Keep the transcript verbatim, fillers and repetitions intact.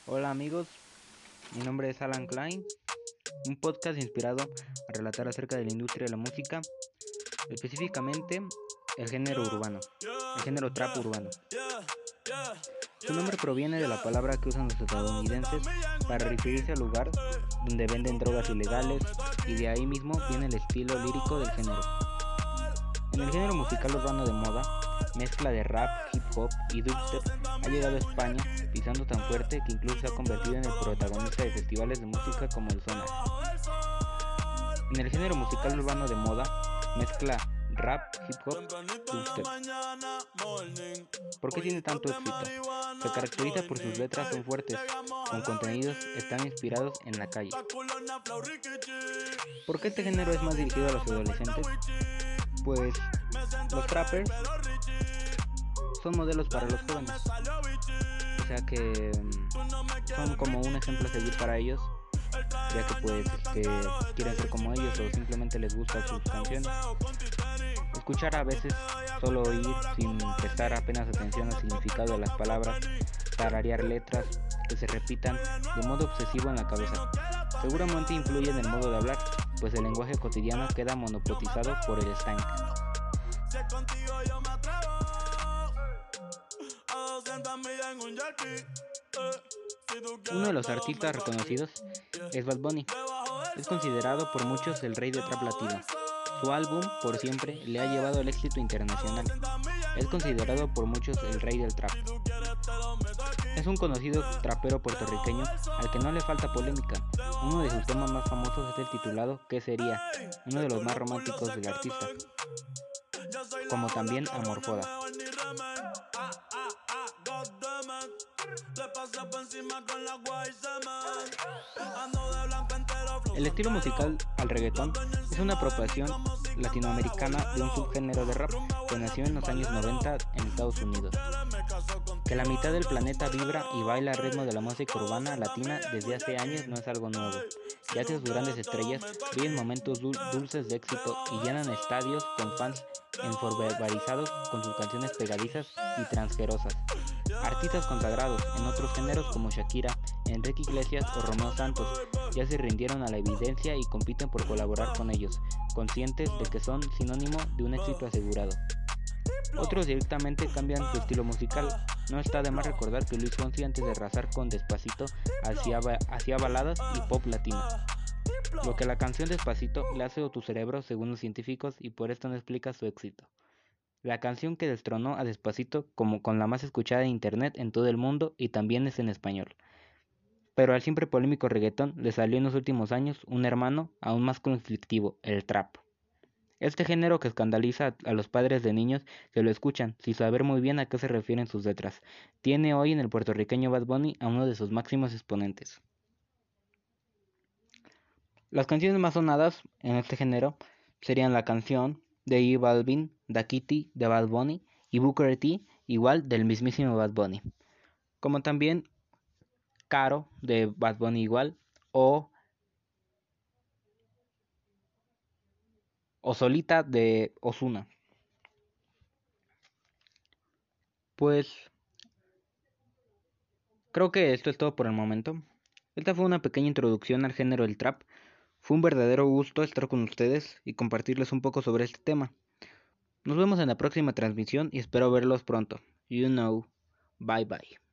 Hola amigos, mi nombre es Alan Klein, un podcast inspirado a relatar acerca de la industria de la música, específicamente el género urbano, el género trap urbano. Su nombre proviene de la palabra que usan los estadounidenses para referirse al lugar donde venden drogas ilegales, y de ahí mismo viene el estilo lírico del género. En el género musical urbano de moda, mezcla de rap, hip hop y dubstep ha llegado a España pisando tan fuerte que incluso se ha convertido en el protagonista de festivales de música como el Sonar. En el género musical urbano de moda, mezcla rap, hip hop, dubstep. ¿Por qué tiene tanto éxito? Se caracteriza por sus letras son fuertes, con contenidos están inspirados en la calle. ¿Por qué este género es más dirigido a los adolescentes? Pues los trappers son modelos para los jóvenes, o sea que son como un ejemplo a seguir para ellos, ya que pues este, quieren ser como ellos o simplemente les gustan sus canciones. Escuchar a veces solo oír sin prestar apenas atención al significado de las palabras, tararear letras que se repitan de modo obsesivo en la cabeza, seguramente influye en el modo de hablar, pues el lenguaje cotidiano queda monopolizado por el slang. Uno de los artistas reconocidos es Bad Bunny. Es considerado por muchos el rey de trap latino. Su álbum, Por Siempre, le ha llevado al éxito internacional. Es considerado por muchos el rey del trap. Es un conocido trapero puertorriqueño al que no le falta polémica. Uno de sus temas más famosos es el titulado ¿Qué sería?, uno de los más románticos del artista, como también Amor Foda. El estilo musical al reggaetón es una apropiación latinoamericana de un subgénero de rap que nació en los años noventa en Estados Unidos. Que la mitad del planeta vibra y baila al ritmo de la música urbana latina desde hace años no es algo nuevo, ya que sus grandes estrellas viven momentos dul- dulces de éxito y llenan estadios con fans enfervorizados con sus canciones pegadizas y transgerosas. Artistas consagrados en otros géneros como Shakira, Enrique Iglesias o Romeo Santos ya se rindieron a la evidencia y compiten por colaborar con ellos, conscientes de que son sinónimo de un éxito asegurado. Otros directamente cambian su estilo musical. No está de más recordar que Luis Fonsi, antes de arrasar con Despacito, hacía, ba- hacía baladas y pop latino. Lo que la canción Despacito le hace a tu cerebro según los científicos, y por esto no explica su éxito. La canción que destronó a Despacito como con la más escuchada en internet en todo el mundo, y también es en español. Pero al siempre polémico reggaetón le salió en los últimos años un hermano aún más conflictivo, el trap. Este género que escandaliza a los padres de niños que lo escuchan, sin saber muy bien a qué se refieren sus letras, tiene hoy en el puertorriqueño Bad Bunny a uno de sus máximos exponentes. Las canciones más sonadas en este género serían la canción de J Balvin, Da Kitty de Bad Bunny y Booker T, igual del mismísimo Bad Bunny, como también Caro de Bad Bunny igual, o, o Solita de Ozuna. Pues creo que esto es todo por el momento. Esta fue una pequeña introducción al género del trap. Fue un verdadero gusto estar con ustedes y compartirles un poco sobre este tema. Nos vemos en la próxima transmisión y espero verlos pronto. You know. Bye bye.